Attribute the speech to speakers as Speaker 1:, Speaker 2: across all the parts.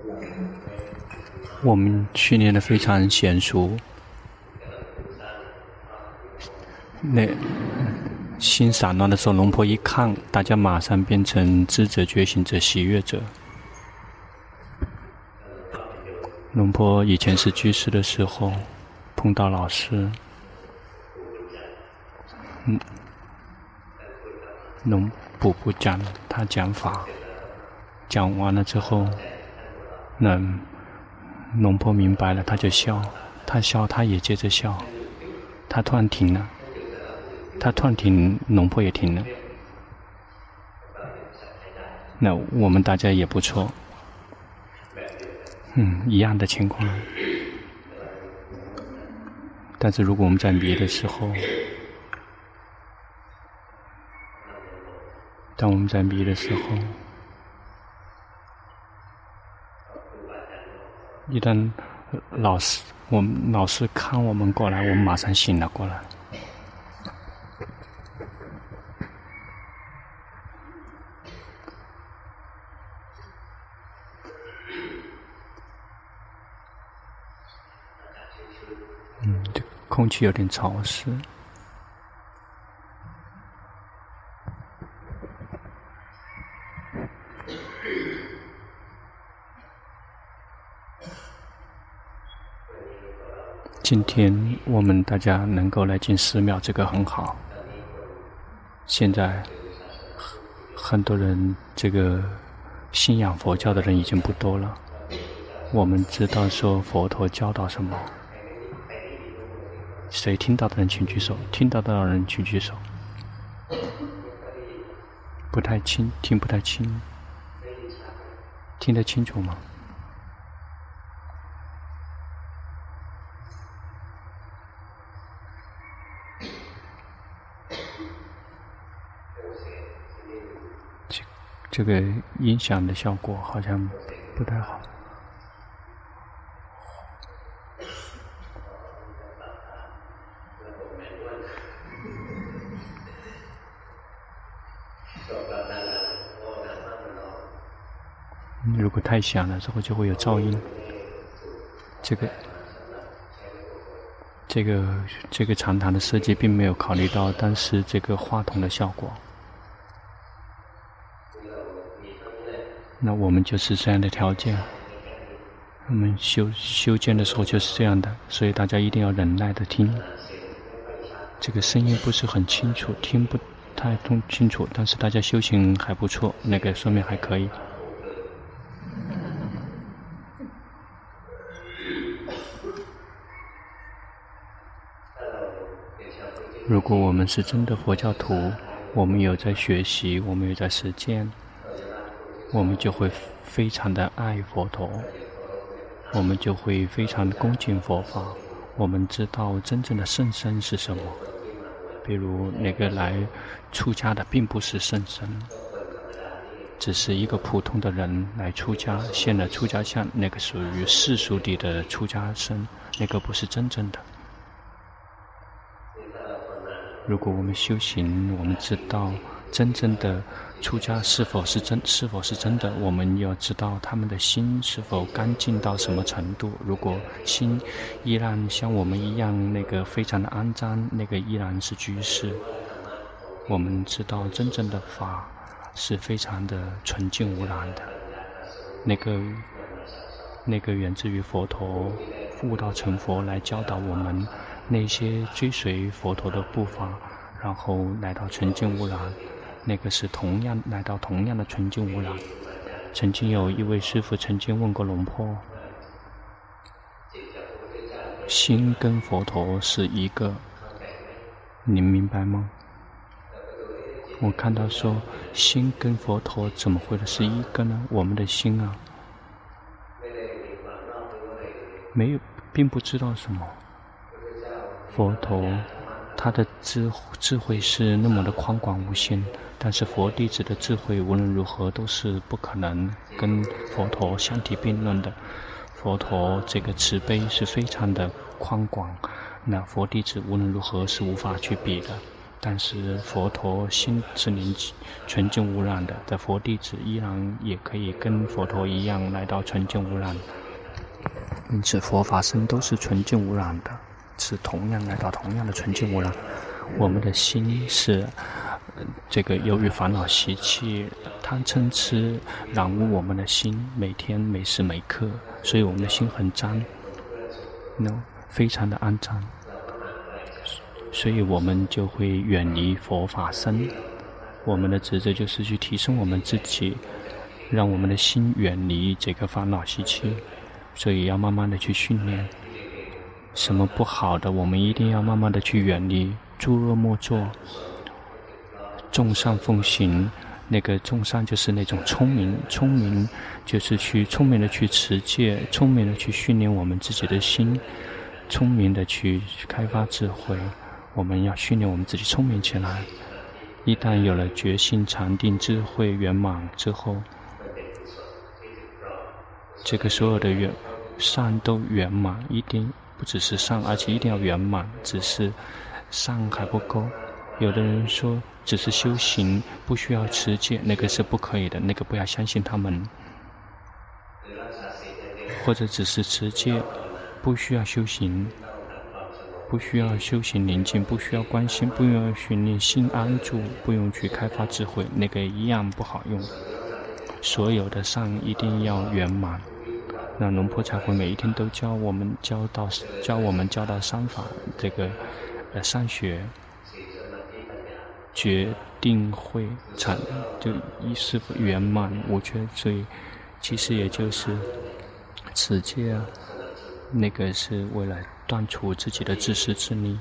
Speaker 1: 我们训练得非常娴熟，那心散乱的时候，龙婆一看，大家马上变成知者、觉醒者、喜悦者。龙婆以前是居士的时候，碰到老师，龙婆不讲，他讲法，讲完了之后，那龙婆明白了，他就笑，他笑，他也接着笑，他突然停了，他突然停，龙婆也停了。那我们大家也不错，一样的情况。但是如果我们在迷的时候，当我们在迷的时候，一旦老师看我们过来，我们马上醒了过来。这空气有点潮湿。今天我们大家能够来进寺庙，这个很好。现在很多人这个信仰佛教的人已经不多了。我们知道说佛陀教导什么，谁听到的人请举手，听到的人请举手。不太清，听不太清，听得清楚吗？这个音响的效果好像不太好。如果太响了之后就会有噪音。这个长谈的设计并没有考虑到当时这个话筒的效果。那我们就是这样的条件，我们修建的时候就是这样的，所以大家一定要忍耐的听。这个声音不是很清楚，听不太清楚，但是大家修行还不错，那个说明还可以。如果我们是真的佛教徒，我们有在学习，我们有在实践，我们就会非常的爱佛陀，我们就会非常的恭敬佛法。我们知道真正的圣僧是什么。比如那个来出家的并不是圣僧，只是一个普通的人来出家，现了出家相，那个属于世俗里的出家僧，那个不是真正的。如果我们修行，我们知道真正的出家是否是真的，我们要知道他们的心是否干净到什么程度。如果心依然像我们一样那个非常的肮脏，那个依然是居士。我们知道真正的法是非常的纯净无染的，那个源自于佛陀悟道成佛来教导我们那些追随佛陀的步伐，然后来到纯净无染，那个是来到同样的纯净无染。曾经有一位师父曾经问过龙婆，心跟佛陀是一个，你明白吗？我看到说心跟佛陀怎么会是一个呢？我们的心啊，没有，并不知道什么。佛陀他的智慧是那么的宽广无限，但是佛弟子的智慧无论如何都是不可能跟佛陀相提并论的。佛陀这个慈悲是非常的宽广，那佛弟子无论如何是无法去比的。 但是佛陀心是纯净无染的，在佛弟子依然也可以跟佛陀一样来到纯净无染。因此佛法僧都是纯净无染的，是同样来到同样的纯净无染。我们的心是这个由于烦恼习气、贪嗔痴染污我们的心，每天每时每刻，所以我们的心很脏，非常的肮脏。所以我们就会远离佛法僧。我们的职责就是去提升我们自己，让我们的心远离这个烦恼习气。所以要慢慢的去训练，什么不好的我们一定要慢慢的去远离，诸恶莫作，众善奉行。那个众善就是那种聪明就是去聪明的去持戒，聪明的去训练我们自己的心，聪明的去开发智慧。我们要训练我们自己聪明起来。一旦有了决心、禅定、智慧圆满之后，这个所有的善都圆满，一定不只是善，而且一定要圆满。只是善还不够。有的人说只是修行，不需要持戒，那个是不可以的，那个不要相信他们。或者只是持戒，不需要修行，不需要修行宁静，不需要关心，不用训练心安住，不用去开发智慧，那个一样不好用。所有的善一定要圆满。那龙婆才会每一天都教我们教到三法，这个三学，决定慧禅，就一是圆满无缺。所以其实也就是持戒啊，那个是为了断除自己的自私自利。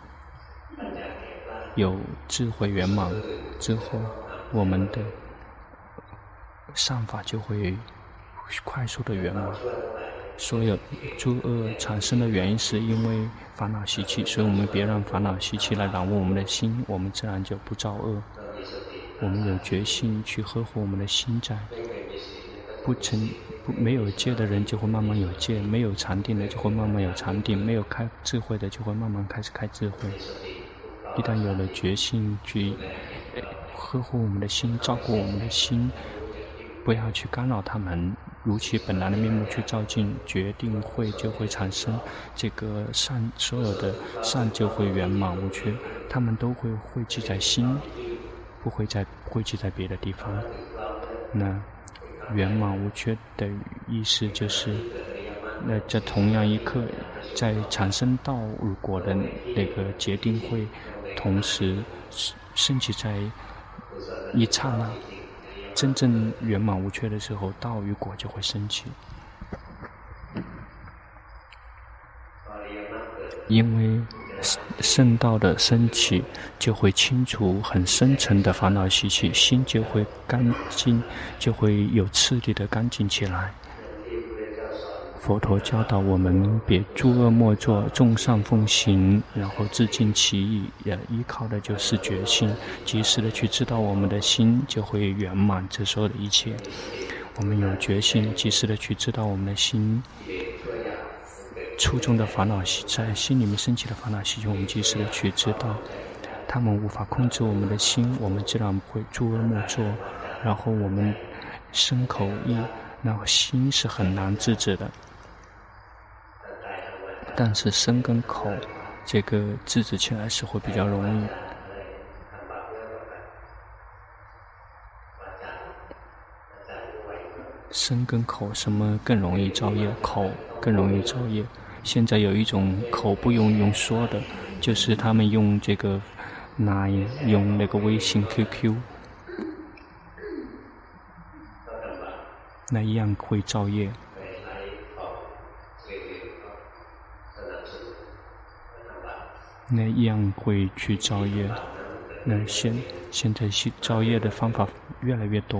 Speaker 1: 有智慧圆满之后，我们的善法就会快速的圆满。所有诸恶产生的原因是因为烦恼习气，所以我们别让烦恼习气来染污我们的心，我们自然就不造恶。我们有决心去呵护我们的心在，没有戒的人就会慢慢有戒，没有禅定的就会慢慢有禅定，没有开智慧的就会慢慢开始开智慧。一旦有了决心去呵护我们的心，照顾我们的心，不要去干扰他们，如其本来的面目去照进，决定慧就会产生，这个善，所有的善就会圆满无缺，他们都会汇集在心，不会再汇集在别的地方。那圆满无缺的意思就是，那在同样一刻，在产生道与果的那个决定慧，同时升起在一刹那。真正圆满无缺的时候，道与果就会升起。因为圣道的升起，就会清除很深沉的烦恼习气，心就会干净，就会有次第的干净起来。佛陀教导我们别诸恶莫作，众善奉行，然后自净其意，也依靠的就是决心，及时的去知道我们的心，就会圆满这所有的一切。我们有决心，及时的去知道我们的心初中的烦恼习，在心里面升起的烦恼习气，我们及时的去知道，他们无法控制我们的心，我们自然不会诸恶莫作。然后我们身口意，那心是很难制止的。但是身跟口这个制止起来是会比较容易。身跟口什么更容易造业？口更容易造业。现在有一种口不用说的，就是他们用这个用那个微信 QQ， 那一样会造业。那一样会去造业。那现在造业的方法越来越多，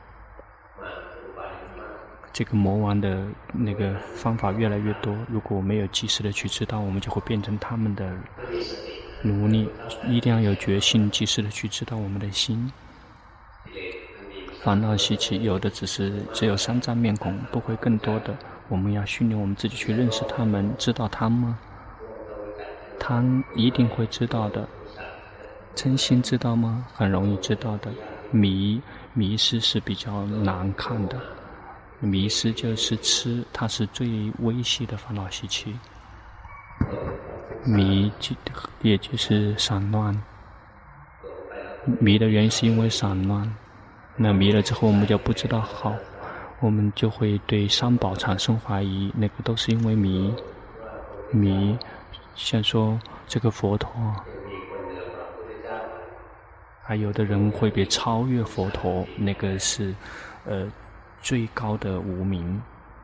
Speaker 1: 这个魔王的那个方法越来越多。如果没有及时的去知道，我们就会变成他们的奴隶。一定要有决心，及时的去知道我们的心。烦恼习气有的只有3张面孔，不会更多的。我们要训练我们自己去认识他们，知道他们吗？他一定会知道的。 嗔心知道吗？很容易知道的。迷失是比较难看的。迷失就是痴，它是最微细的烦恼习气。迷也就是散乱。迷的原因是因为散乱。那迷了之后，我们就不知道好，我们就会对三宝产生怀疑，那个都是因为迷。像说这个佛陀，还有的人会被超越佛陀，那个是最高的无明。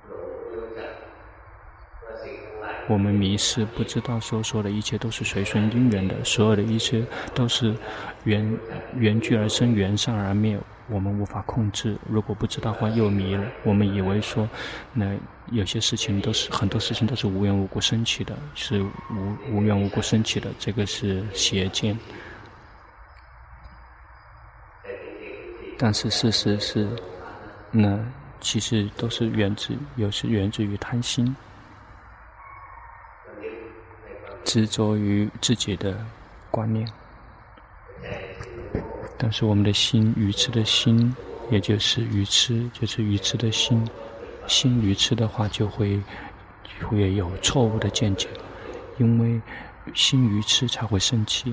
Speaker 1: 我们迷失，不知道所有的一切都是随顺因缘的，所有的一切都是缘聚而生，缘散而灭，我们无法控制。如果不知道的话，又迷了。我们以为说，那有些事情很多事情都是无缘无故升起的，是无缘无故升起的，这个是邪见。但是事实是，那其实都是源自于贪心。执着于自己的观念，但是我们的心，愚痴的心，也就是愚痴的心，心愚痴的话，就会有错误的见解，因为心愚痴才会生气。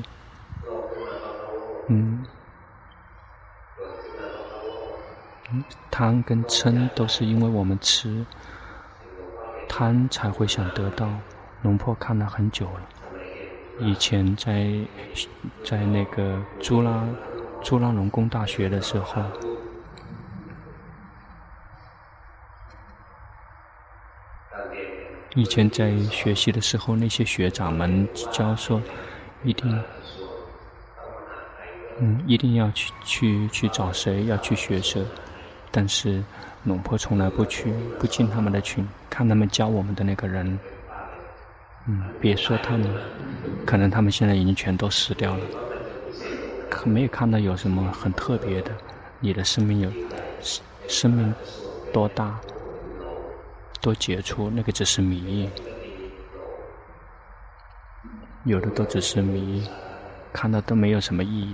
Speaker 1: 贪跟嗔都是因为我们痴，贪才会想得到。龙婆看了很久了，以前在那个朱拉隆功大学的时候，以前在学习的时候，那些学长们教说，一定要去找谁，要去学谁，但是龙婆从来不进他们的群，看他们教我们的那个人。别说他们，可能他们现在已经全都死掉了，没有看到有什么很特别的。你的生命多大，多杰出，那个只是迷，有的都只是迷，看到都没有什么意义。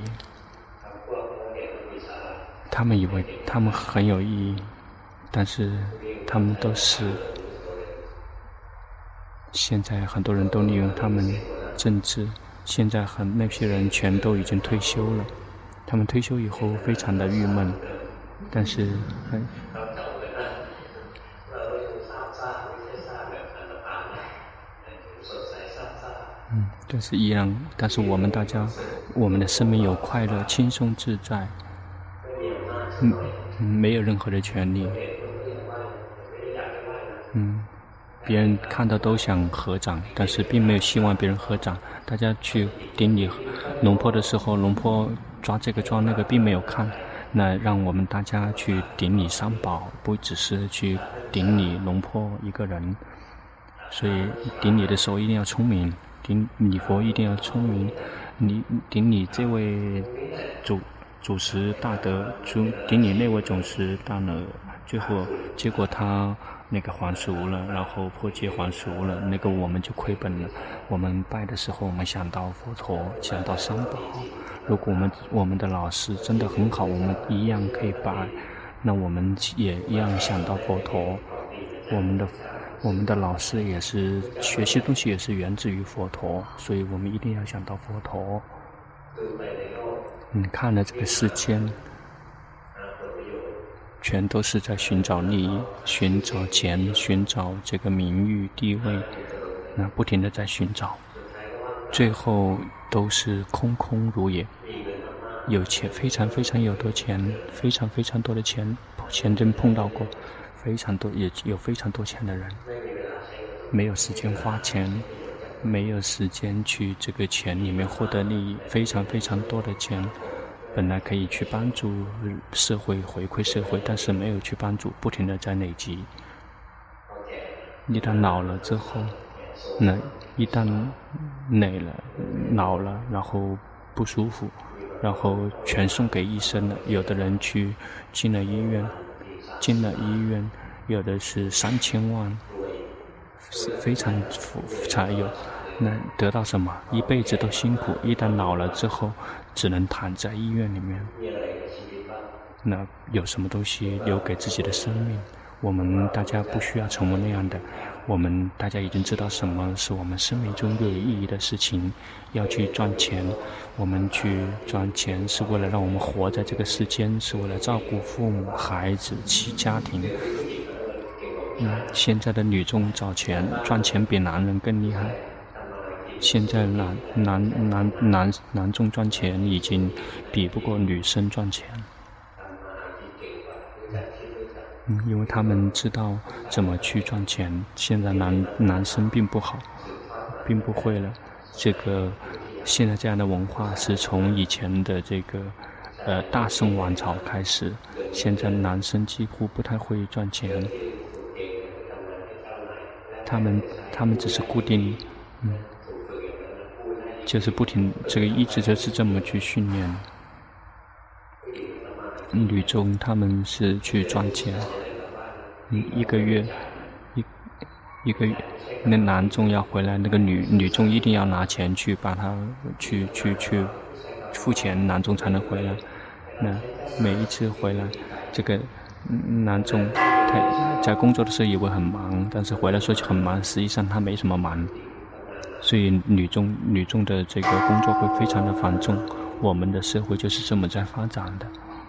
Speaker 1: 他们以为他们很有意义，但是他们都是。现在很多人都利用他们政治，现在那些人全都已经退休了，他们退休以后非常的郁闷，但是但是我们大家，我们的生命有快乐，轻松自在，没有任何的权利，别人看到都想合掌，但是并没有希望别人合掌。大家去顶礼龙婆的时候，龙婆抓这个抓那个，并没有看。那让我们大家去顶礼三宝，不只是去顶礼龙婆一个人。所以顶礼的时候一定要聪明，顶礼佛一定要聪明。你顶礼这位主持大德，顶礼那位主持大德，结果他那个还俗了，然后破戒还俗了，那个我们就亏本了。我们拜的时候，我们想到佛陀，想到三宝。如果我们的老师真的很好，我们一样可以拜，那我们也一样想到佛陀。我们的老师也是学习东西，也是源自于佛陀，所以我们一定要想到佛陀。看了这个世间，全都是在寻找利益，寻找钱，寻找这个名誉地位，那不停地在寻找，最后都是空空如也。有钱，非常非常有多钱，非常非常多的钱真碰到过，非常多，也有非常多钱的人，没有时间花钱，没有时间去这个钱里面获得利益，非常非常多的钱。本来可以去帮助社会，回馈社会，但是没有去帮助，不停地在累积。一旦老了之后，一旦老了，然后不舒服，然后全送给医生了。有的人进了医院，有的是3000万，非常才有。 那得到什么？一辈子都辛苦，一旦老了之后，只能躺在医院里面。那有什么东西留给自己的生命？我们大家不需要成为那样的。我们大家已经知道什么是我们生命中有意义的事情，要去赚钱。我们去赚钱是为了让我们活在这个世间，是为了照顾父母、孩子、家庭。现在的女众找钱赚钱比男人更厉害。现在男众赚钱已经比不过女生赚钱。因为他们知道怎么去赚钱。现在男生并不好，并不会了。这个现在这样的文化是从以前的这个大宋王朝开始。现在男生几乎不太会赚钱，他们只是固定，就是不停这个一直就是这么去训练。女众他们是去赚钱，一个月，那男众要回来，那个女众一定要拿钱去把他去付钱，男众才能回来。那每一次回来，这个男众他在工作的时候以为很忙，但是回来说很忙，实际上他没什么忙。所以女众的这个工作会非常的繁重。我们的社会就是这么在发展的。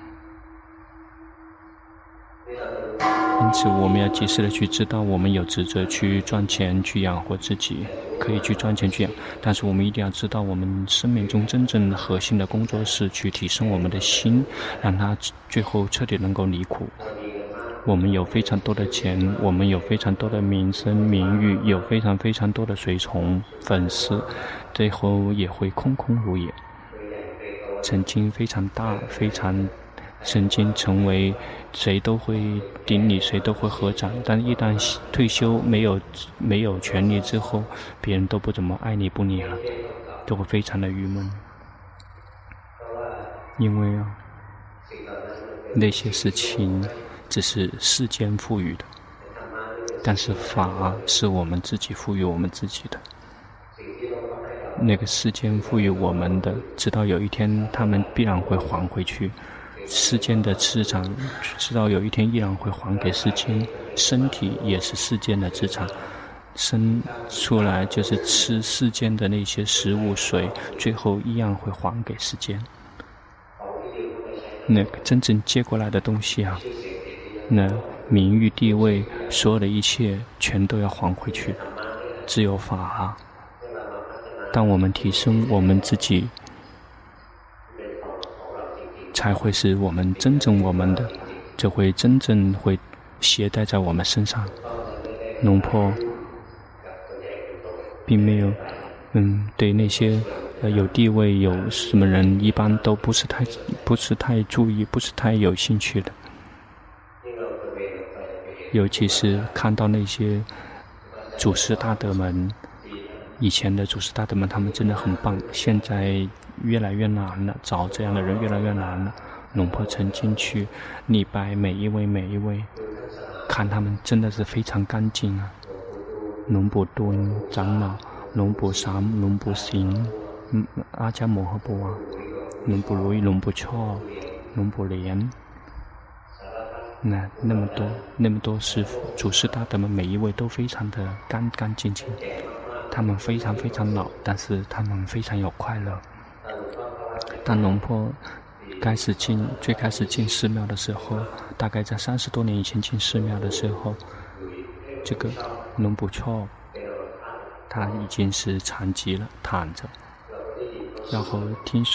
Speaker 1: 因此我们要及时的去知道我们有职责去赚钱去养活自己，可以去赚钱去养，但是我们一定要知道我们生命中真正核心的工作是去提升我们的心，让它最后彻底能够离苦。我们有非常多的钱，我们有非常多的名声名誉，有非常非常多的随从粉丝，最后也会空空如也。曾经非常大，曾经成为谁都会顶你，谁都会合掌，但一旦退休没有权利之后，别人都不怎么爱你不理了，都会非常的郁闷。因为那些事情只是世间赋予的，但是法是我们自己赋予我们自己的。那个世间赋予我们的，直到有一天他们必然会还回去。世间的资产，直到有一天依然会还给世间。身体也是世间的资产，生出来就是吃世间的那些食物水，最后一样会还给世间。那个真正接过来的东西那名誉地位，所有的一切全都要还回去，只有法当我们提升我们自己，才会是我们真正我们的，就会真正会携带在我们身上。龙婆并没有对那些有地位有什么人一般都不是太注意，不是太有兴趣的。尤其是看到那些祖师大德们，以前的祖师大德们他们真的很棒，现在越来越难了，找这样的人越来越难了。龙婆曾经去礼拜每一位，看他们真的是非常干净龙婆敦长老、龙婆三、龙婆行、阿伽摩诃波龙婆如意、龙婆超、龙婆莲，那么多师父祖师大德们，每一位都非常的干净。他们非常非常老，但是他们非常有快乐。当龙婆最开始进寺庙的时候，大概在30多年以前进寺庙的时候，这个龙婆超他已经是残疾了，躺着。然后听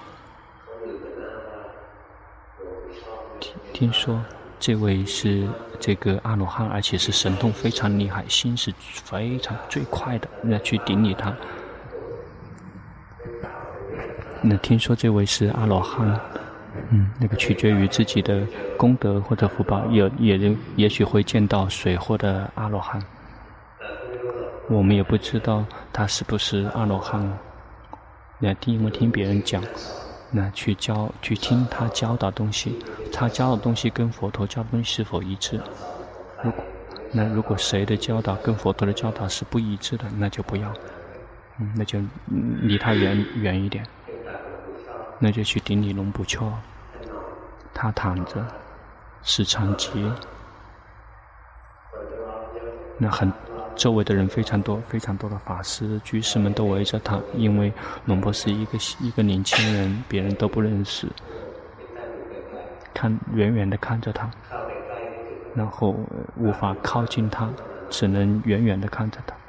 Speaker 1: 说这位是这个阿罗汉，而且是神通非常厉害，心是非常最快的，要去顶礼他。那听说这位是阿罗汉，那个取决于自己的功德或者福报，也许会见到水货的阿罗汉。我们也不知道他是不是阿罗汉。因为听别人讲，去听他教导东西，他教的东西跟佛陀教的东西是否一致？如果谁的教导跟佛陀的教导是不一致的，那就不要。 那就离他远一点，那就去顶礼龙布绰。他躺着，是残疾。那周围的人非常多，非常多的法师、居士们都围着他，因为龙婆是一个年轻人，别人都不认识，远远地看着他，然后无法靠近他，只能远远地看着他。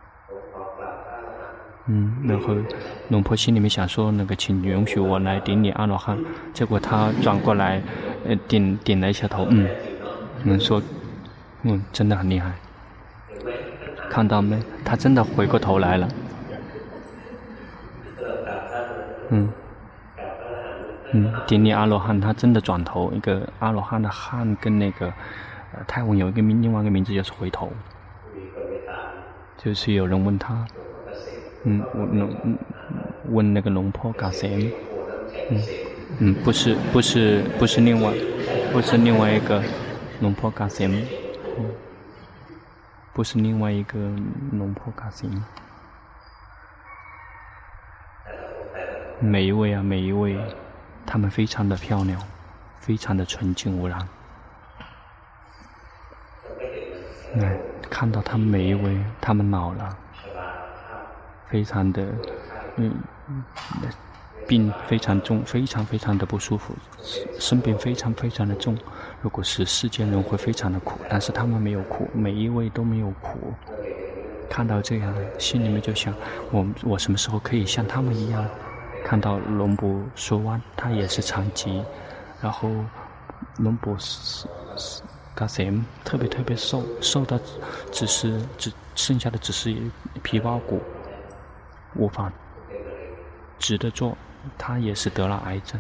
Speaker 1: 然后龙婆心里面想说，请允许我来顶你阿罗汉。结果他转过来，顶了一下头，说，真的很厉害。看到没？他真的回过头来了。顶礼阿罗汉，他真的转头。一个阿罗汉的汉跟泰文有另外一个名字就是回头。就是有人问他。问那个龙婆嘎什，不是另外一个龙婆嘎什，不是另外一个龙婆嘎什。每一位，他们非常的漂亮，非常的纯净无染。看到他们每一位，他们老了。非常的，病非常重，非常的不舒服，生病非常的重。如果是世间人会非常的苦，但是他们没有苦，每一位都没有苦。看到这样，心里面就想，我什么时候可以像他们一样？看到龙布说完，他也是残疾，然后龙布嘎什特别瘦到只剩下的只是皮包骨。无法直着做，他也是得了癌症。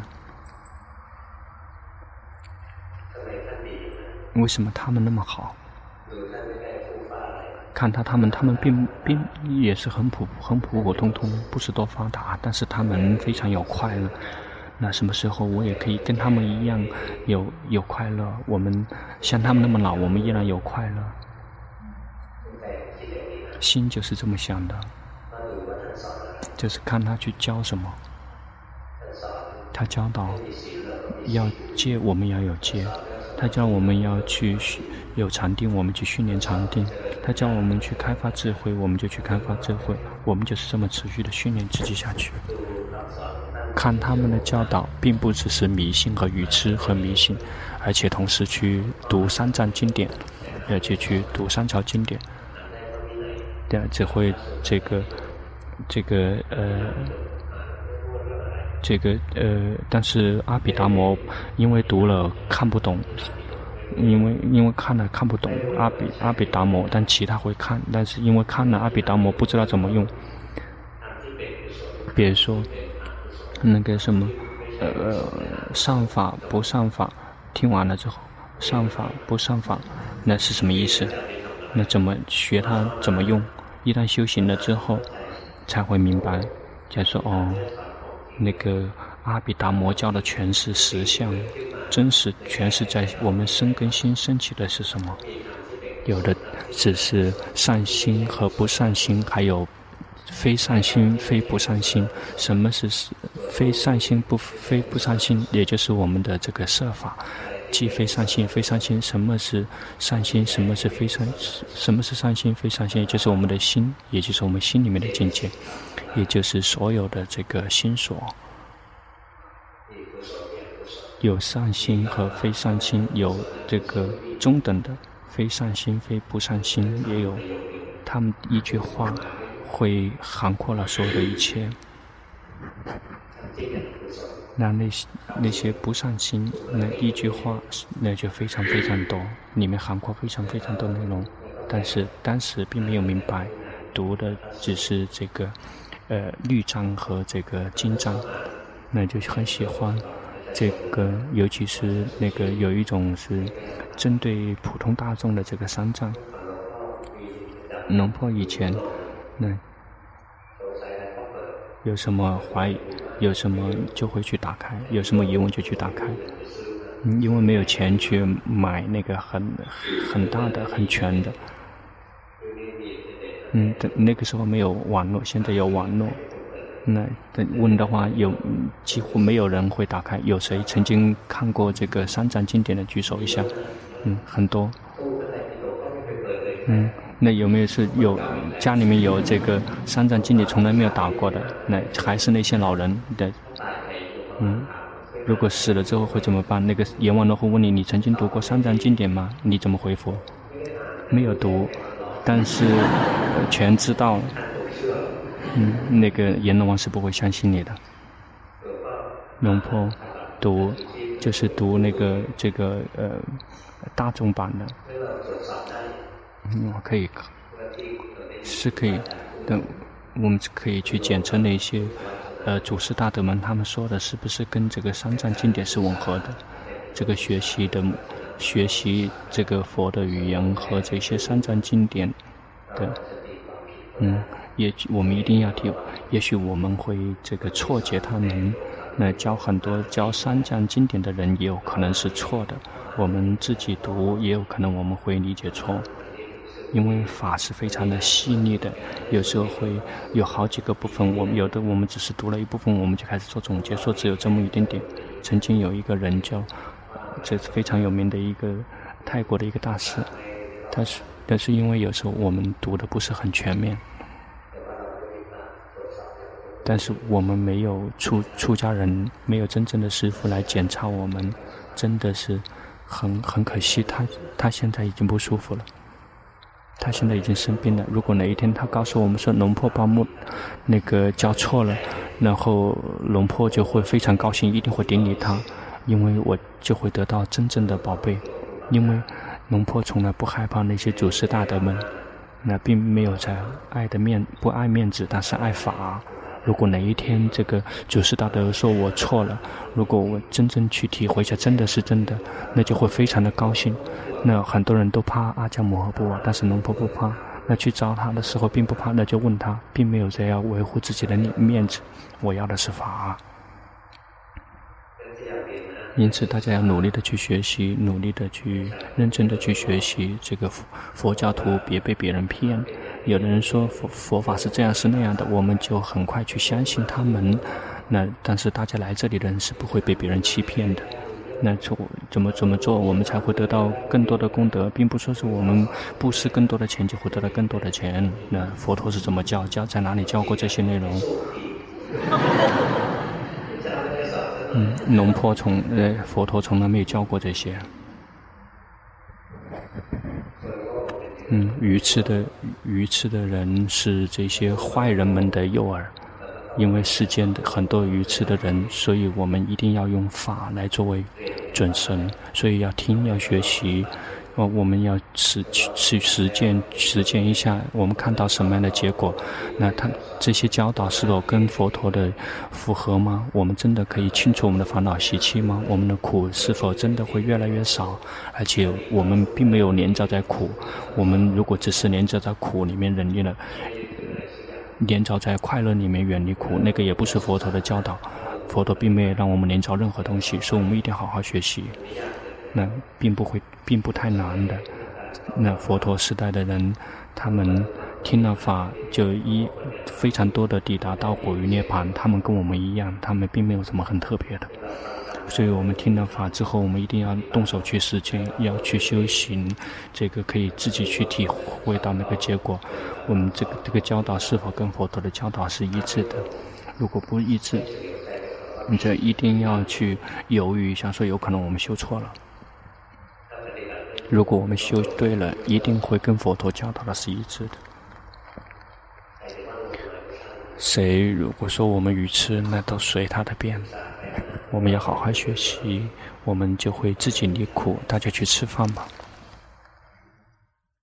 Speaker 1: 为什么他们那么好？看他们并也是很普通，不是多发达，但是他们非常有快乐。那什么时候我也可以跟他们一样有快乐？我们像他们那么老，我们依然有快乐。心就是这么想的。就是看他去教什么，他教导要戒，我们要有戒；他教我们要去有禅定，我们去训练禅定；他教我们去开发智慧，我们就去开发智慧。我们就是这么持续的训练自己下去。看他们的教导，并不只是迷信和愚痴和迷信，而且同时去读三藏经典，而且去读三朝经典，只会但是阿毗达摩因为读了看不懂，因为看了看不懂阿毗达摩，但其他会看，但是因为看了阿毗达摩不知道怎么用。比如说什么上法不上法，听完了之后上法不上法，那是什么意思？那怎么学它怎么用？一旦修行了之后才会明白。假如说阿毗达摩教的全是实相，真实全是在我们身跟心升起的是什么？有的只是善心和不善心，还有非善心非不善心。什么是非善心非不善心？也就是我们的这个摄法，即非善心非善心。什么是善心？什么是非善？什么是善心非善心？也就是我们的心，也就是我们心里面的境界，也就是所有的这个心所。有善心和非善心，有这个中等的非善心非不善心，也有他们一句话会涵括了所有的一切。那些不善心，那一句话那就非常非常多，里面涵括非常非常多内容，但是当时并没有明白，读的只是这个律章和这个经章，那就很喜欢这个，尤其是有一种是针对普通大众的这个三藏。龙婆以前有什么怀疑，有什么就会去打开，有什么疑问就去打开。因为没有钱去买那个很大的很全的， 那个时候没有网络，现在有网络。那问的话，几乎没有人会打开。有谁曾经看过这个三藏经典的举手一下？很多。那有没有家里面有这个三藏经典从来没有打过的？那还是那些老人的。如果死了之后会怎么办？那个阎王罗会问你曾经读过三藏经典吗？你怎么回复？没有读，但是全知道。那个阎罗王是不会相信你的。龙婆就是读那个大众版的。可以，是可以的。我们可以去检测那些祖师大德们他们说的是不是跟这个三藏经典是吻合的。这个学习这个佛的语言和这些三藏经典的。我们一定要也许我们会这个错解他们。那很多教三藏经典的人也有可能是错的。我们自己读也有可能我们会理解错。因为法是非常的细腻的，有时候会有好几个部分，我们只是读了一部分，我们就开始做总结，说只有这么一点点。曾经有一个人这是非常有名的一个泰国的一个大师，但是因为有时候我们读的不是很全面，但是我们没有出家人，没有真正的师父来检查我们，真的是很可惜。他现在已经不舒服了。他现在已经生病了。如果哪一天他告诉我们说龙婆把那个教错了，然后龙婆就会非常高兴，一定会顶礼他，因为我就会得到真正的宝贝。因为龙婆从来不害怕那些祖师大德们，那并没有在不爱面子，但是爱法。如果哪一天这个祖师大德说我错了，如果我真正去体会一下真的是真的，那就会非常的高兴。那很多人都怕阿姜摩诃波瓦，但是龙婆不怕。那去找他的时候并不怕，那就问他，并没有在要维护自己的面子，我要的是法。因此大家要努力的去学习，努力的去认真的去学习这个佛教徒，别被别人骗。有的人说佛法是这样是那样的，我们就很快去相信他们。但是大家来这里的人是不会被别人欺骗的。那怎么做我们才会得到更多的功德，并不说是我们布施更多的钱就会得到更多的钱。那佛陀是怎么教在哪里教过这些内容？佛陀从来没有教过这些。愚痴的人是这些坏人们的诱饵。因为世间的很多愚痴的人，所以我们一定要用法来作为准绳，所以要听要学习。我们要去实践一下，我们看到什么样的结果，那这些教导是否跟佛陀的符合吗？我们真的可以清除我们的烦恼习气吗？我们的苦是否真的会越来越少？而且我们并没有黏着在苦，我们如果只是黏着在苦里面黏着在快乐里面远离苦，那个也不是佛陀的教导。佛陀并没有让我们黏着任何东西，所以我们一定要好好学习。那并不太难的。那佛陀时代的人，他们听了法就非常多的抵达到果于涅槃，他们跟我们一样，他们并没有什么很特别的。所以我们听了法之后，我们一定要动手去实践，要去修行，这个可以自己去体会到那个结果。我们这个教导是否跟佛陀的教导是一致的？如果不一致，你就一定要去犹豫一下，说有可能我们修错了。如果我们修对了，一定会跟佛陀教导的是一致的。谁如果说我们愚痴，那都随他的便。我们要好好学习，我们就会自己离苦。大家去吃饭吧。